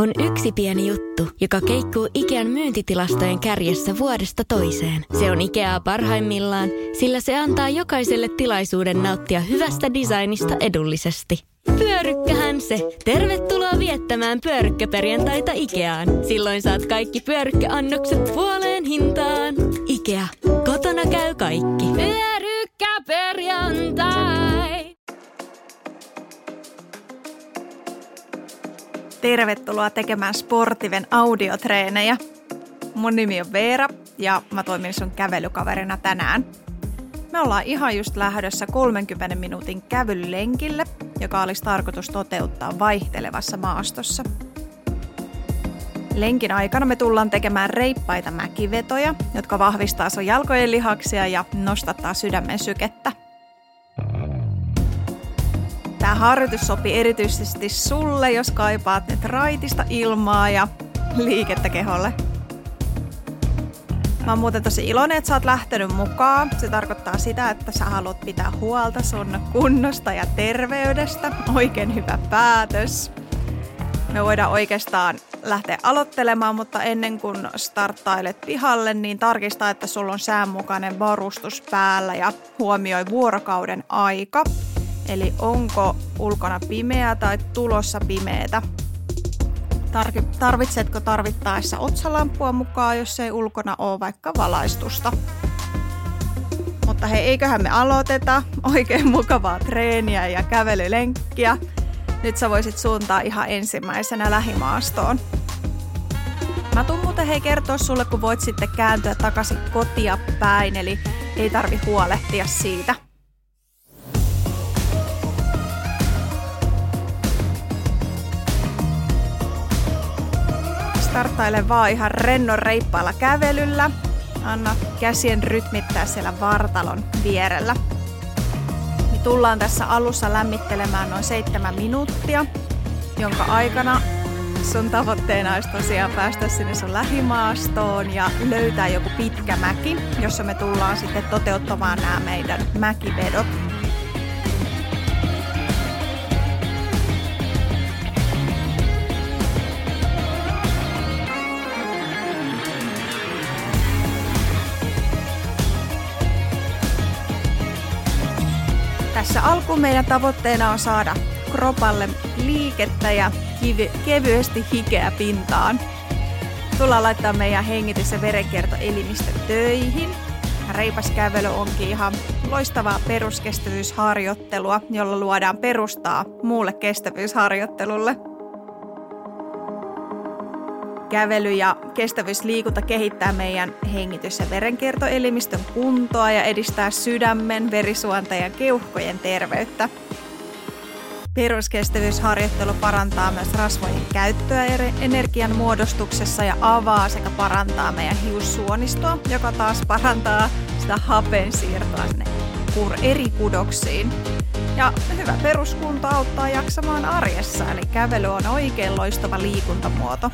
on yksi pieni juttu, joka keikkuu Ikean myyntitilastojen kärjessä vuodesta toiseen. Se on Ikeaa parhaimmillaan, sillä se antaa jokaiselle tilaisuuden nauttia hyvästä designista edullisesti. Pyörykkähän se! Tervetuloa viettämään pyörykkäperjantaita Ikeaan. Silloin saat kaikki pyörykkäannokset puoleen hintaan. Ikea. Kotona käy kaikki. Pyörykkäperjantai! Tervetuloa tekemään Sportiven audiotreenejä. Mun nimi on Veera ja mä toimin sun kävelykaverina tänään. Me ollaan ihan just lähdössä 30 minuutin kävelylenkille, joka olisi tarkoitus toteuttaa vaihtelevassa maastossa. Lenkin aikana me tullaan tekemään reippaita mäkivetoja, jotka vahvistaa sun jalkojen lihaksia ja nostattaa sydämen sykettä. Tämä harjoitus sopii erityisesti sulle, jos kaipaat nyt raitista ilmaa ja liikettä keholle. Mä oon muuten tosi iloinen, että sä oot lähtenyt mukaan. Se tarkoittaa sitä, että sä haluat pitää huolta sun kunnosta ja terveydestä. Oikein hyvä päätös. Me voidaan oikeastaan lähteä aloittelemaan, mutta ennen kuin starttailet pihalle, niin tarkista, että sulla on säänmukainen varustus päällä ja huomioi vuorokauden aika. Eli onko ulkona pimeää tai tulossa pimeätä. Tarvitsetko tarvittaessa otsalampua mukaan, jos ei ulkona ole vaikka valaistusta. Mutta hei, eiköhän me aloiteta. Oikein mukavaa treeniä ja kävelylenkkiä. Nyt sä voisit suuntaa ihan ensimmäisenä lähimaastoon. Mä tuun muuten kertoa sulle, kun voit sitten kääntyä takaisin kotia päin, eli ei tarvi huolehtia siitä. Starttaile vaan ihan rennon reippaalla kävelyllä. Anna käsien rytmittää siellä vartalon vierellä. Me tullaan tässä alussa lämmittelemään noin 7 minuuttia, jonka aikana sun tavoitteena olisi tosiaan päästä sinne sun lähimaastoon ja löytää joku pitkä mäki, jossa me tullaan sitten toteuttamaan nämä meidän mäkivedot. Tässä alkuun meidän tavoitteena on saada kropalle liikettä ja kevyesti hikeä pintaan. Tullaan laittaa meidän hengitys- ja verenkiertoelimistö töihin. Reipas kävely onkin ihan loistavaa peruskestävyysharjoittelua, jolla luodaan perustaa muulle kestävyysharjoittelulle. Kävely ja kestävyysliikunta kehittää meidän hengitys- ja verenkiertoelimistön kuntoa ja edistää sydämen, verisuonten ja keuhkojen terveyttä. Peruskestävyysharjoittelu parantaa myös rasvojen käyttöä energian muodostuksessa ja avaa sekä parantaa meidän hiussuonistoa, joka taas parantaa sitä hapen siirtoa sinne eri kudoksiin. Ja hyvä peruskunto auttaa jaksamaan arjessa, eli kävely on oikein loistava liikuntamuoto.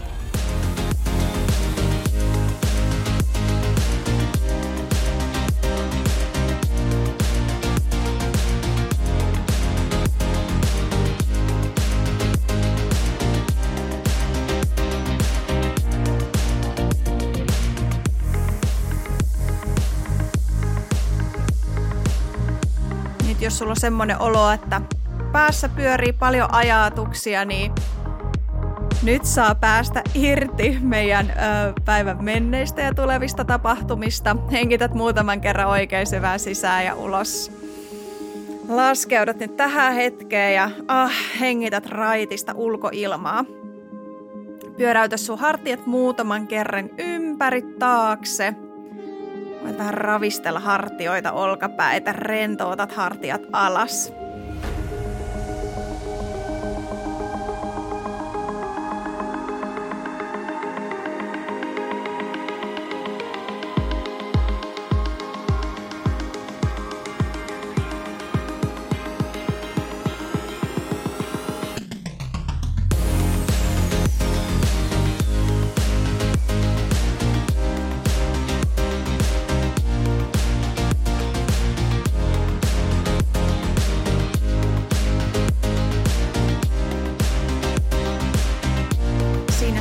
Jos sulla on semmoinen olo, että päässä pyörii paljon ajatuksia, niin nyt saa päästä irti meidän päivän menneistä ja tulevista tapahtumista. Hengität muutaman kerran oikein syvään sisään ja ulos. Laskeudut nyt tähän hetkeen ja hengität raitista ulkoilmaa. Pyöräytä sun hartiat muutaman kerran ympäri taakse. Voit vähän ravistella hartioita, olkapäitä, rentoutat hartiat alas.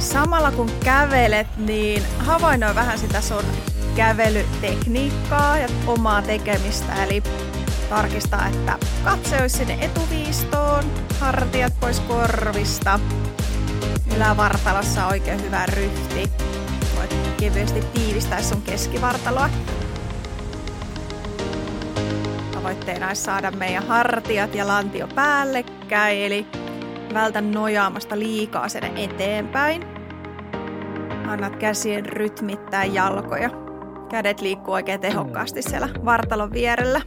samalla kun kävelet, niin havainnoi vähän sitä sun kävelytekniikkaa ja omaa tekemistä. Eli tarkistaa, että katse olisi sinne etuviistoon, hartiat pois korvista. Ylävartalossa on oikein hyvä ryhti. Voit kevyesti tiivistää sun keskivartaloa. Tavoitteena olisi saada meidän hartiat ja lantio päällekkäin, eli vältä nojaamasta liikaa sen eteenpäin. Annat käsien rytmittää jalkoja. Kädet liikkuu oikein tehokkaasti siellä vartalon vierellä.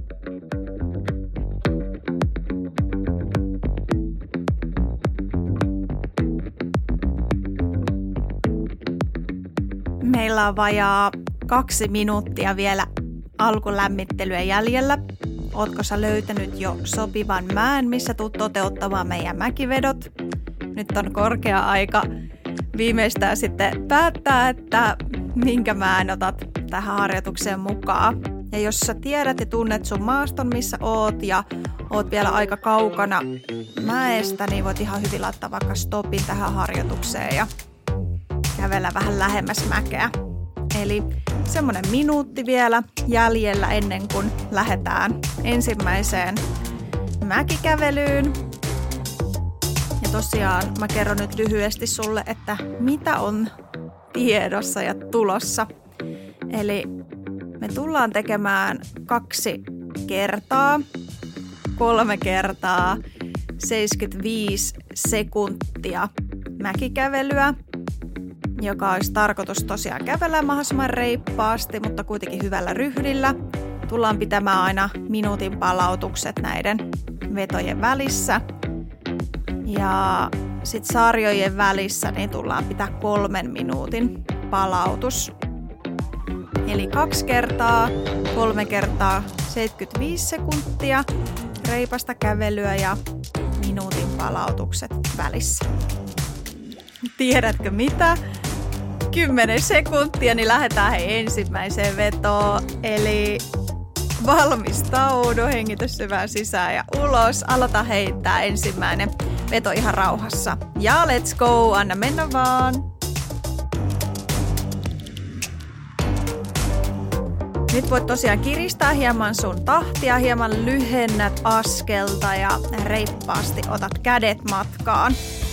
Meillä on vajaa 2 minuuttia vielä alkulämmittelyä jäljellä. Ootko sä löytänyt jo sopivan mäen, missä tuut toteuttamaan meidän mäkivedot? Nyt on korkea aika viimeistään sitten päättää, että minkä mäen otat tähän harjoitukseen mukaan. Ja jos sä tiedät ja tunnet sun maaston, missä oot ja oot vielä aika kaukana mäestä, niin voit ihan hyvin laittaa vaikka stopin tähän harjoitukseen ja kävellä vähän lähemmäs mäkeä. Eli semmoinen minuutti vielä jäljellä ennen kuin lähdetään ensimmäiseen mäkikävelyyn. Ja tosiaan mä kerron nyt lyhyesti sulle, että mitä on tiedossa ja tulossa. Eli me tullaan tekemään 2 kertaa, 3 kertaa 75 sekuntia mäkikävelyä, joka olisi tarkoitus tosiaan kävellä mahdollisimman reippaasti, mutta kuitenkin hyvällä ryhdillä. Tullaan pitämään aina minuutin palautukset näiden vetojen välissä. Ja sitten sarjojen välissä niin tullaan pitää 3 minuutin palautus. Eli 2 kertaa, 3 kertaa 75 sekuntia reipasta kävelyä ja minuutin palautukset välissä. Tiedätkö mitä? 10 sekuntia, niin lähdetään ensimmäiseen vetoon. Eli valmistaudu, hengitä syvään sisään ja ulos. Aloita heittää ensimmäinen veto ihan rauhassa. Ja let's go, anna mennä vaan. Nyt voit tosiaan kiristää hieman sun tahtia, hieman lyhennät askelta ja reippaasti otat kädet matkaan.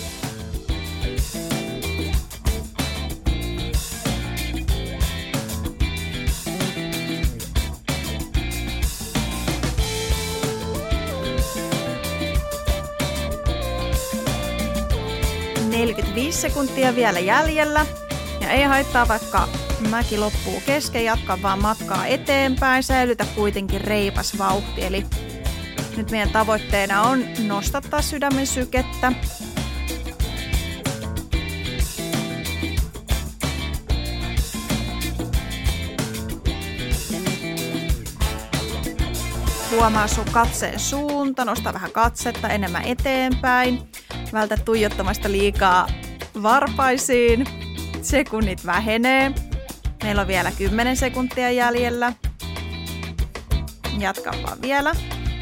Sekuntia vielä jäljellä. Ja ei haittaa, vaikka mäki loppuu kesken, jatka vaan matkaa eteenpäin. Säilytä kuitenkin reipas vauhti. Eli nyt meidän tavoitteena on nostattaa sydämen sykettä. Huomaa sun katseen suunta, nosta vähän katsetta enemmän eteenpäin. Vältä tuijottamasta liikaa varpaisiin. Sekunnit vähenee. Meillä on vielä 10 sekuntia jäljellä. Jatka vaan vielä.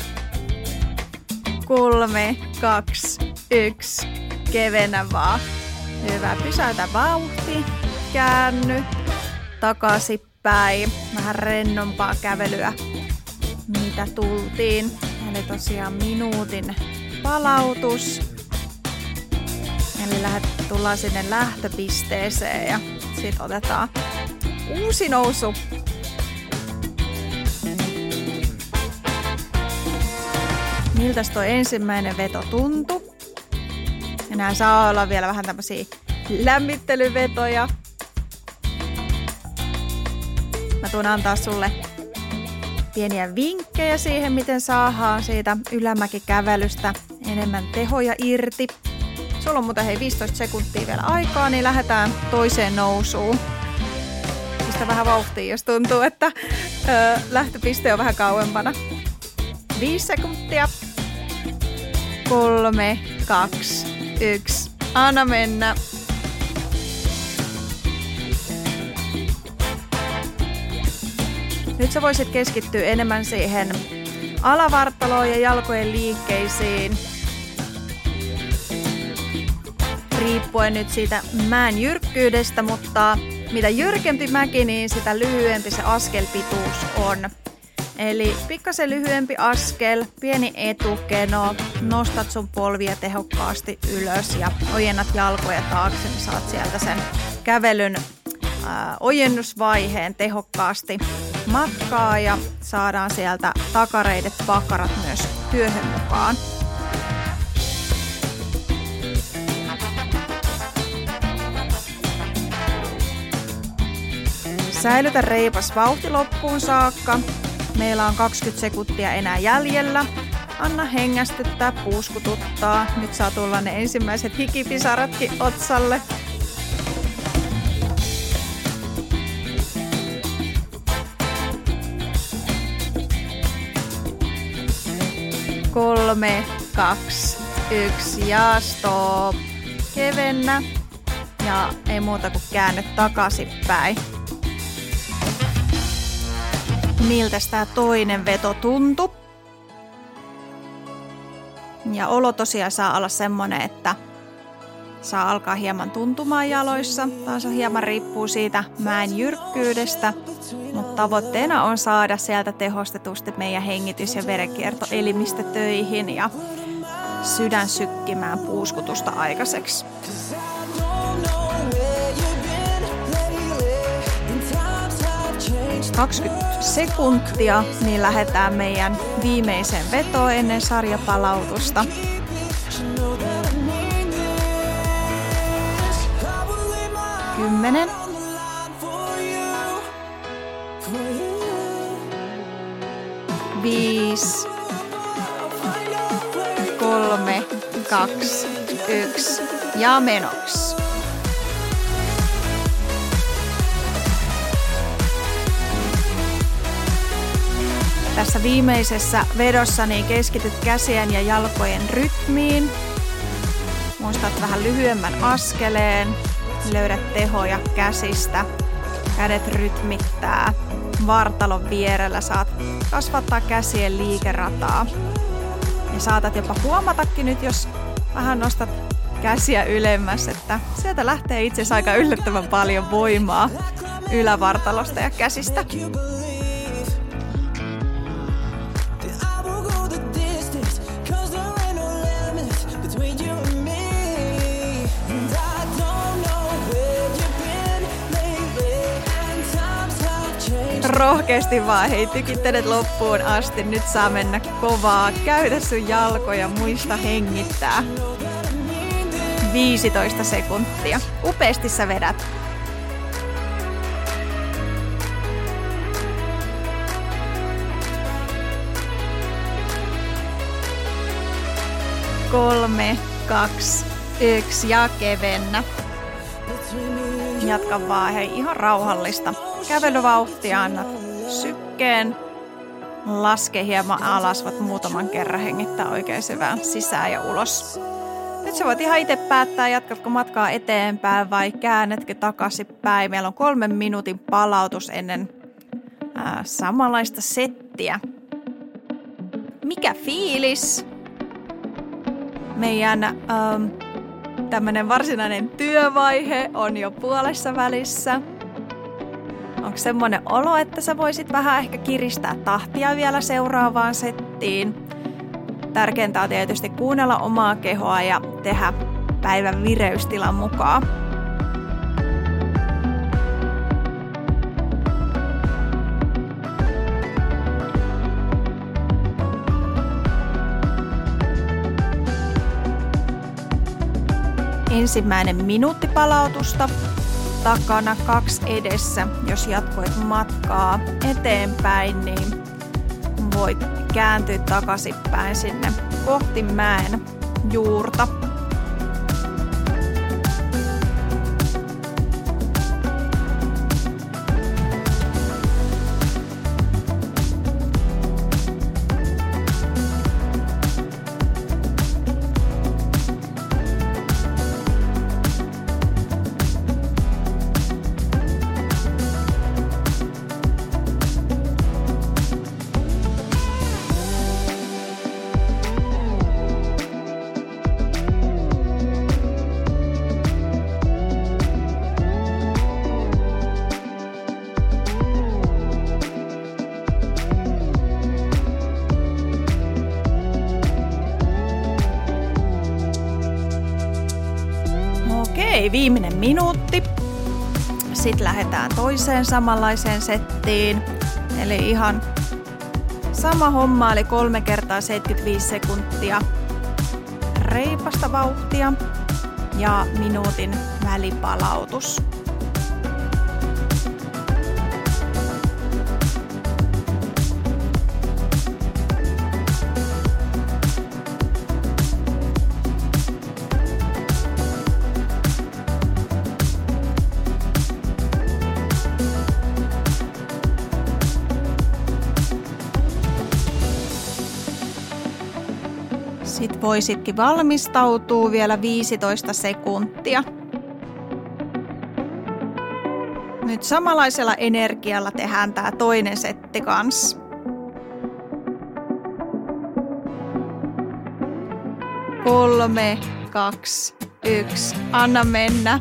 3, 2, 1. Kevennä vaan. Hyvä. Pysäytä vauhti. Käänny. Takaisinpäin. Vähän rennompaa kävelyä, mitä tultiin. Eli tosiaan minuutin palautus. Eli tullaan sinne lähtöpisteeseen ja sitten otetaan uusi nousu. Miltäs toi ensimmäinen veto tuntui? Ja nää saa olla vielä vähän tämmösiä lämmittelyvetoja. Mä tuun antaa sulle pieniä vinkkejä siihen, miten saadaan siitä ylämäkikävelystä enemmän tehoja irti. Sulla on muuten 15 sekuntia vielä aikaa, niin lähdetään toiseen nousuun. Pistä vähän vauhtia, jos tuntuu, että lähtöpiste on vähän kauempana. 5 sekuntia. 3, 2, 1. Anna mennä. Nyt sä voisit keskittyä enemmän siihen alavartaloon ja jalkojen liikkeisiin. riippuen nyt siitä mäen jyrkkyydestä, mutta mitä jyrkempi mäki, niin sitä lyhyempi se askelpituus on. Eli pikkasen lyhyempi askel, pieni etukeno, nostat sun polvia tehokkaasti ylös ja ojennat jalkoja taakse, niin saat sieltä sen kävelyn ojennusvaiheen tehokkaasti matkaa ja saadaan sieltä takareidet, pakarat myös työhön mukaan. Säilytä reipas vauhti loppuun saakka. Meillä on 20 sekuntia enää jäljellä. Anna hengästyttää, puuskututtaa. Nyt saa tulla ne ensimmäiset hikipisaratkin otsalle. Kolme, 2, 1 ja stop. Kevennä. Ja ei muuta kuin käänny takaisinpäin. Miltäs tää toinen veto tuntui? Ja olo tosiaan saa olla semmonen, että saa alkaa hieman tuntumaan jaloissa. Taas hieman riippuu siitä mäen jyrkkyydestä, mutta tavoitteena on saada sieltä tehostetusti meidän hengitys- ja verenkiertoelimistö töihin ja sydän sykkimään puuskutusta aikaiseksi. 20 sekuntia, niin lähdetään meidän viimeiseen vetoon ennen sarjapalautusta. Kymmenen. 5, 3, 2, 1 ja menoksi. Tässä viimeisessä vedossa niin keskityt käsien ja jalkojen rytmiin. Muistat vähän lyhyemmän askeleen. Löydät tehoja käsistä. Kädet rytmittää. Vartalon vierellä saat kasvattaa käsien liikerataa. Ja saatat jopa huomatakin nyt, jos vähän nostat käsiä ylemmäs, että sieltä lähtee itse asiassa aika yllättävän paljon voimaa ylävartalosta ja käsistä. Rohkeasti vaan hei, tykittänet loppuun asti. Nyt saa mennä kovaa. Käytä sun jalkoja, muista hengittää. 15 sekuntia. Upeasti sä vedät. Kolme, 2, 1 ja kevennä. Jatka vaan hei, ihan rauhallista. Kävelyvauhtia, annat sykkeen. Laske hieman alas, voit muutaman kerran hengittää oikein syvään sisään ja ulos. Nyt sä voit ihan itse päättää, jatkatko matkaa eteenpäin vai käännetkö takaisinpäin. Meillä on 3 minuutin palautus ennen samanlaista settiä. Mikä fiilis? Meidän tämmönen varsinainen työvaihe on jo puolessa välissä. Onko semmoinen olo, että sä voisit vähän ehkä kiristää tahtia vielä seuraavaan settiin? Tärkeintä on tietysti kuunnella omaa kehoa ja tehdä päivän vireystilan mukaan. Ensimmäinen minuutti palautusta. Takana 2 edessä. Jos jatkoit matkaa eteenpäin, niin voit kääntyä takaisinpäin sinne kohti mäen juurta. Okei, viimeinen minuutti. Sitten lähdetään toiseen samanlaiseen settiin. Eli ihan sama homma, eli 3 kertaa 75 sekuntia reipasta vauhtia ja minuutin välipalautus. Sitten voisitkin valmistautua vielä 15 sekuntia. Nyt samanlaisella energialla tehdään tää toinen setti kanssa. 3, 2, 1. Anna mennä.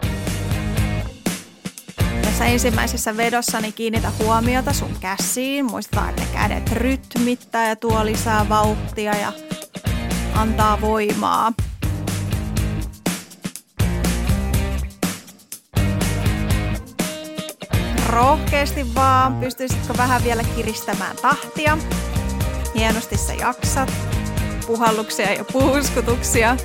Tässä ensimmäisessä vedossa niin kiinnitä huomiota sun käsiin. Muistetaan, että kädet rytmittää ja tuo lisää vauhtia ja antaa voimaa. Rohkeasti vaan. Pystyisitkö vähän vielä kiristämään tahtia? Hienosti sä jaksat. Puhalluksia ja puuskutuksia.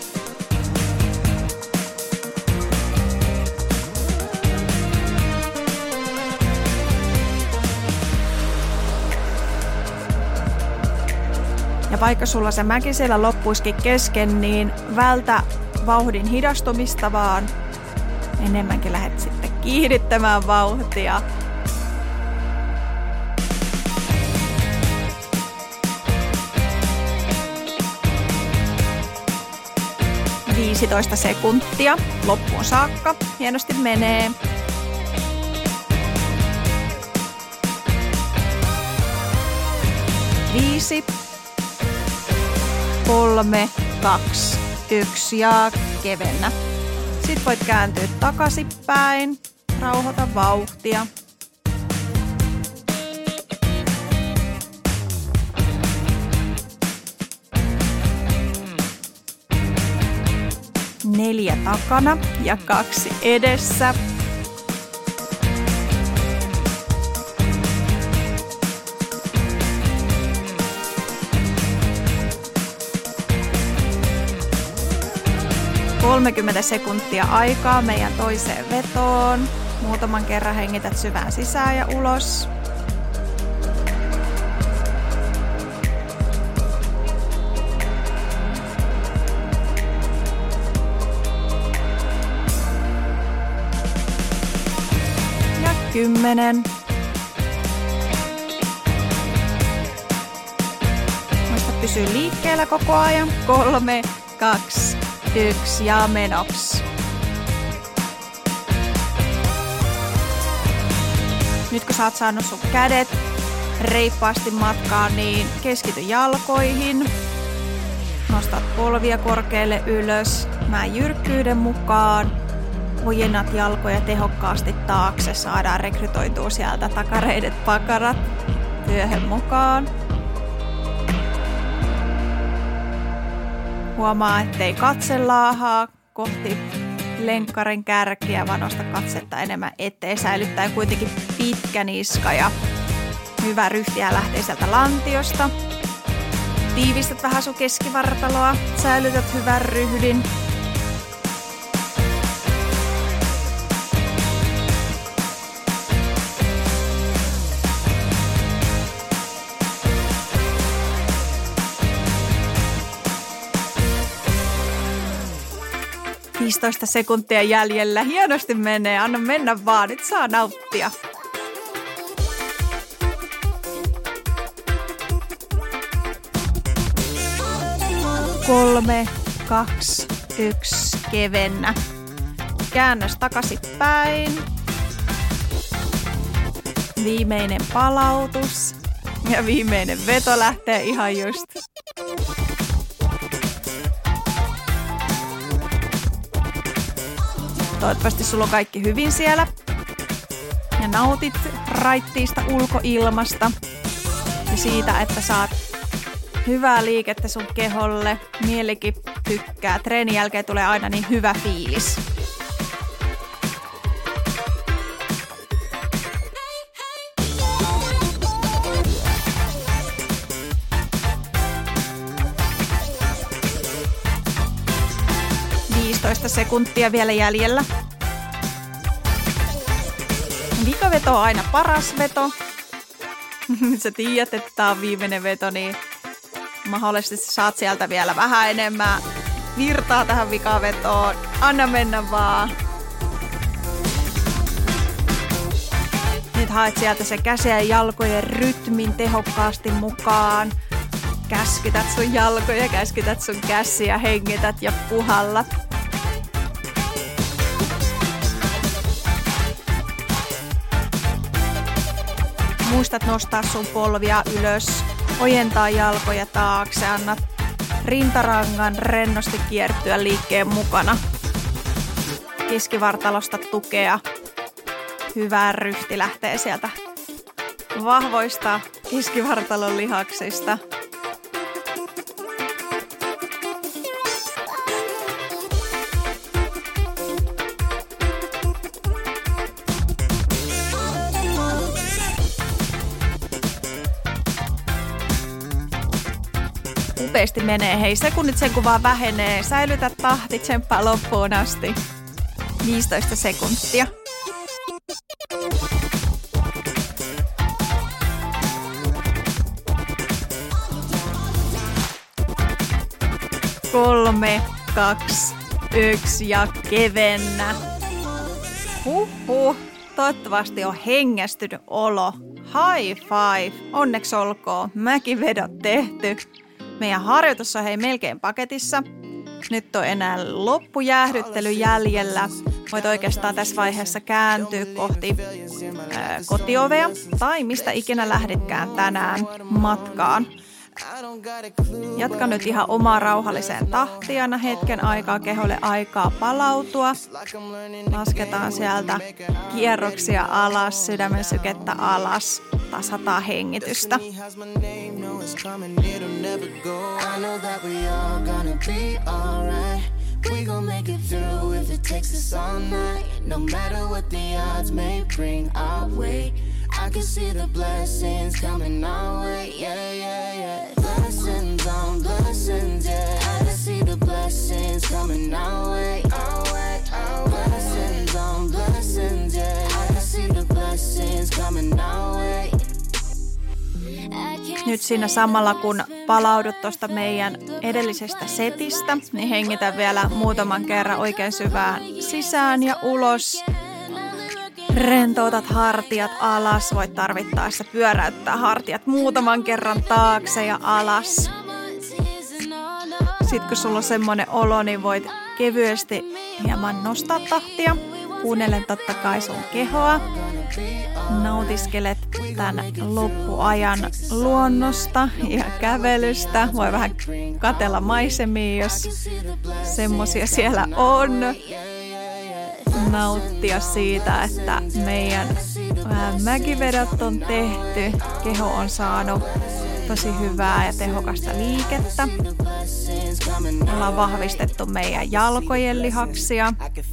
Ja vaikka sulla se mäki siellä loppuisikin kesken, niin vältä vauhdin hidastumista, vaan enemmänkin lähdet sitten kiihdyttämään vauhtia. – 15 sekuntia loppuun saakka. Hienosti menee. Viisi. 3, 2, 1 ja kevennä. Sitten voit kääntyä takaisinpäin. Rauhoita vauhtia. Neljä takana ja 2 edessä. – 30 sekuntia aikaa meidän toiseen vetoon. Muutaman kerran hengität syvään sisään ja ulos. Ja 10. Muista pysyä liikkeellä koko ajan. 3, 2, 1 ja menoksi. Nyt kun sä oot saanut sun kädet reippaasti matkaan, niin keskity jalkoihin. Nostat polvia korkealle ylös. Mä jyrkkyyden mukaan. Ojennat jalkoja tehokkaasti taakse. Saadaan rekrytoitua sieltä takareidet pakarat työhön mukaan. Huomaa, ettei katse laahaa kohti lenkkarin kärkiä, vaan nosta katsetta enemmän eteen. Säilyttää kuitenkin pitkä niska ja hyvä ryhtiä lähtee sieltä lantiosta. Tiivistät vähän sun keskivartaloa, säilytät hyvän ryhdin. – 15 sekuntia jäljellä. Hienosti menee. Anna mennä vaan. Nyt saa nauttia. Kolme, 2, 1. Kevennä. Käännös takaisinpäin. Viimeinen palautus. Ja viimeinen veto lähtee ihan just. Toivottavasti sulla on kaikki hyvin siellä. Ja nautit raittiista ulkoilmasta. Ja siitä, että saat hyvää liikettä sun keholle. Mielikin tykkää. Treenin jälkeen tulee aina niin hyvä fiilis. 15 sekuntia vielä jäljellä. Vikaveto on aina paras veto. Sä tiedät, että tää on viimeinen veto, niin mahdollisesti saat sieltä vielä vähän enemmän virtaa tähän vikavetoon. Anna mennä vaan. Nyt haet sieltä se käsien ja jalkojen rytmin tehokkaasti mukaan. Käskytät sun jalkoja, käskytät sun käsiä, hengität ja puhallat. Muistat nostaa sun polvia ylös, ojentaa jalkoja taakse, annat rintarangan rennosti kiertyä liikkeen mukana. Keskivartalosta tukea. Hyvä ryhti lähtee sieltä vahvoista keskivartalon lihaksista. Upeasti menee. Hei, sekunnit sen kun vaan vähenee. Säilytä tahti, tsemppaa loppuun asti. 15 sekuntia. Kolme, 2, 1 ja kevennä. Toivottavasti on hengästynyt olo. High five. Onneksi olkoon. Mäkivedot tehty. Meidän harjoitus on melkein paketissa. Nyt on enää loppujäähdyttely jäljellä. Voit oikeastaan tässä vaiheessa kääntyä kohti kotiovea tai mistä ikinä lähdetkään tänään matkaan. Jatka nyt ihan omaa rauhalliseen tahtiin. Anna hetken aikaa keholle aikaa palautua. Lasketaan sieltä kierroksia alas, sydämen sykettä alas. Tasataan hengitystä. We gon' make it through if it takes us all night. No matter what the odds may bring our way. I can see the blessings coming our way. Yeah, yeah, yeah. Blessings on blessings, yeah. I can see the blessings coming our way. Our way, our way. Blessings on blessings, yeah. I can see the blessings coming our way. Nyt siinä samalla kun palaudut tuosta meidän edellisestä setistä, niin hengitä vielä muutaman kerran oikein syvään sisään ja ulos. Rentoutat hartiat alas, voit tarvittaessa pyöräyttää hartiat muutaman kerran taakse ja alas. Sitten kun sulla on semmoinen olo, niin voit kevyesti hieman nostaa tahtia. Kuunnellen totta kai sun kehoa. Nautiskelet tämän loppuajan luonnosta ja kävelystä. Voi vähän katsella maisemia, jos semmosia siellä on. Nauttia siitä, että meidän mäkivedot on tehty. Keho on saanut tosi hyvää ja tehokasta liikettä. Ollaan vahvistettu meidän jalkojen lihaksia.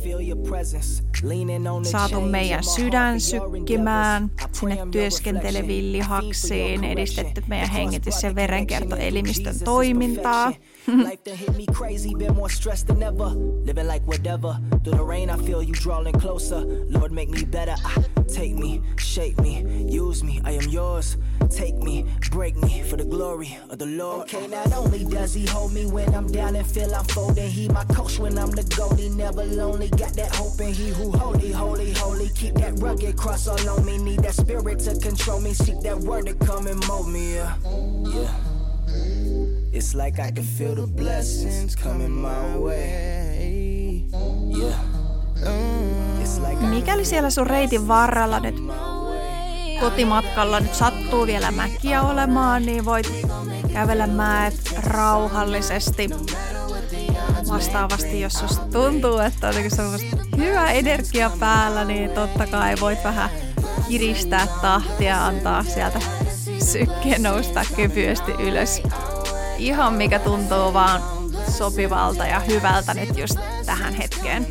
Saatu meidän sydän sykkimään sinne työskenteleviin lihaksiin. Edistetty meidän hengitys- ja verenkiertoelimistön toimintaa. Life that hit me crazy, been more stressed than ever. Living like whatever. Through the rain, I feel you drawing closer. Lord, make me better. Take me, shape me, use me. I am yours. Take me, break me for the glory of the Lord. Okay, not only does he hold me when I'm down and feel I'm folding, he my coach when I'm the goalie. Never lonely, got that hope in he who holy, holy, holy. Keep that rugged cross all on me. Need that spirit to control me. Seek that word to come and mold me, yeah. Yeah. It's like I can feel the blessings coming my way. Yeah. It's like mikäli siellä sun reitin varrella nyt kotimatkalla nyt sattuu vielä mäkiä olemaan, niin voit kävellä mäet rauhallisesti. Vastaavasti, jos susta tuntuu, että on semmoista hyvä energia päällä, niin totta kai voit vähän kiristää tahtia, antaa sieltä sykkeen nousta kevyesti ylös. Ihan mikä tuntuu vaan sopivalta ja hyvältä nyt just tähän hetkeen.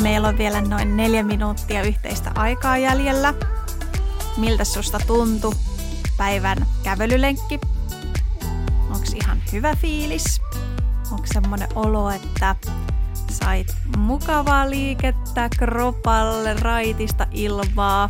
Meillä on vielä noin 4 minuuttia yhteistä aikaa jäljellä. Miltä susta tuntui päivän kävelylenkki? Onks ihan hyvä fiilis? Onko semmonen olo, että sait mukavaa liikettä kropalle, raitista ilmaa?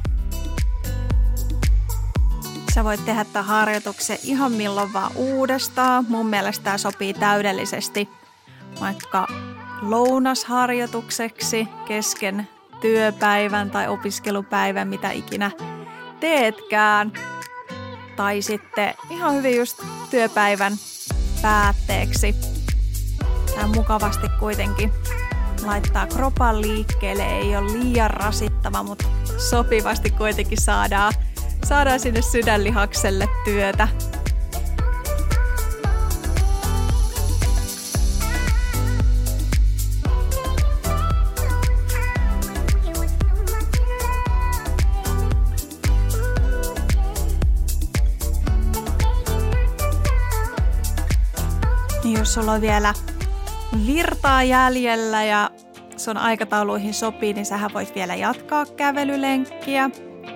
Sä voit tehdä tämän harjoituksen ihan milloin vaan uudestaan. Mun mielestä tämä sopii täydellisesti vaikka lounasharjoitukseksi kesken työpäivän tai opiskelupäivän, mitä ikinä teetkään. Tai sitten ihan hyvin just työpäivän päätteeksi. Tämä mukavasti kuitenkin laittaa kropan liikkeelle, ei ole liian rasittava, mutta sopivasti kuitenkin saadaan sinne sydänlihakselle työtä. Jos sulla on vielä virtaa jäljellä ja sun aikatauluihin sopii, niin sähän voit vielä jatkaa kävelylenkkiä.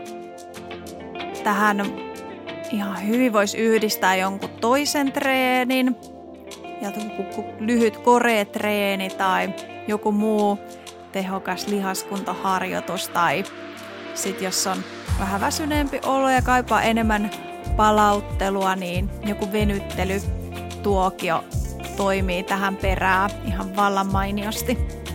Tähän ihan hyvin voisi yhdistää jonkun toisen treenin, joku lyhyt koreetreeni tai joku muu tehokas lihaskuntoharjoitus. Tai sit jos on vähän väsyneempi olo ja kaipaa enemmän palauttelua, niin joku venyttelytuokio toimii tähän perään ihan vallan mainiosti.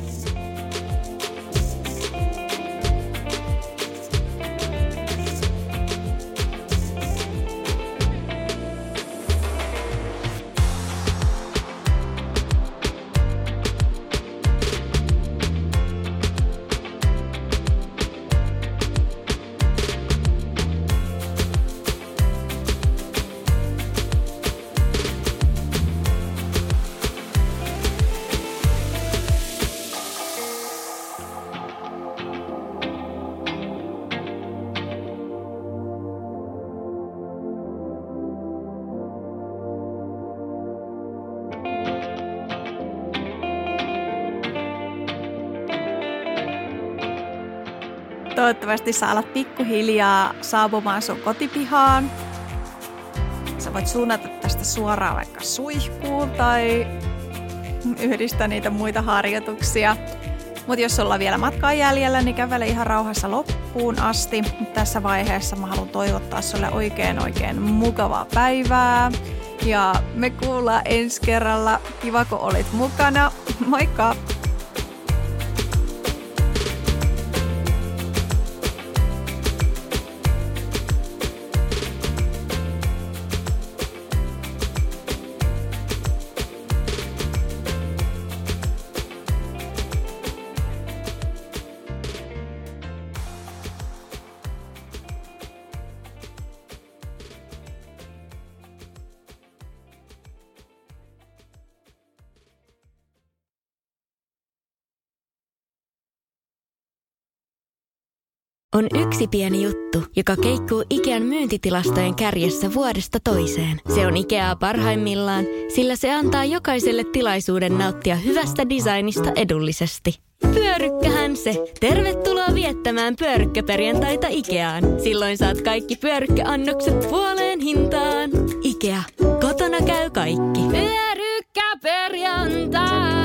Toivottavasti sä alat pikkuhiljaa saapumaan sun kotipihaan. Sä voit suunnata tästä suoraan vaikka suihkuun tai yhdistää niitä muita harjoituksia. Mutta jos sulla on vielä matkaa jäljellä, niin kävele ihan rauhassa loppuun asti. Tässä vaiheessa mä haluan toivottaa sulle oikein mukavaa päivää. Ja me kuullaan ensi kerralla. Kiva, kun olit mukana. Moikka! On yksi pieni juttu, joka keikkuu Ikean myyntitilastojen kärjessä vuodesta toiseen. Se on Ikeaa parhaimmillaan, sillä se antaa jokaiselle tilaisuuden nauttia hyvästä designista edullisesti. Pyörykkähän se! Tervetuloa viettämään pyörykkäperjantaita Ikeaan. Silloin saat kaikki pyörykkäannokset puoleen hintaan. Ikea. Kotona käy kaikki. Pyörykkäperjantai!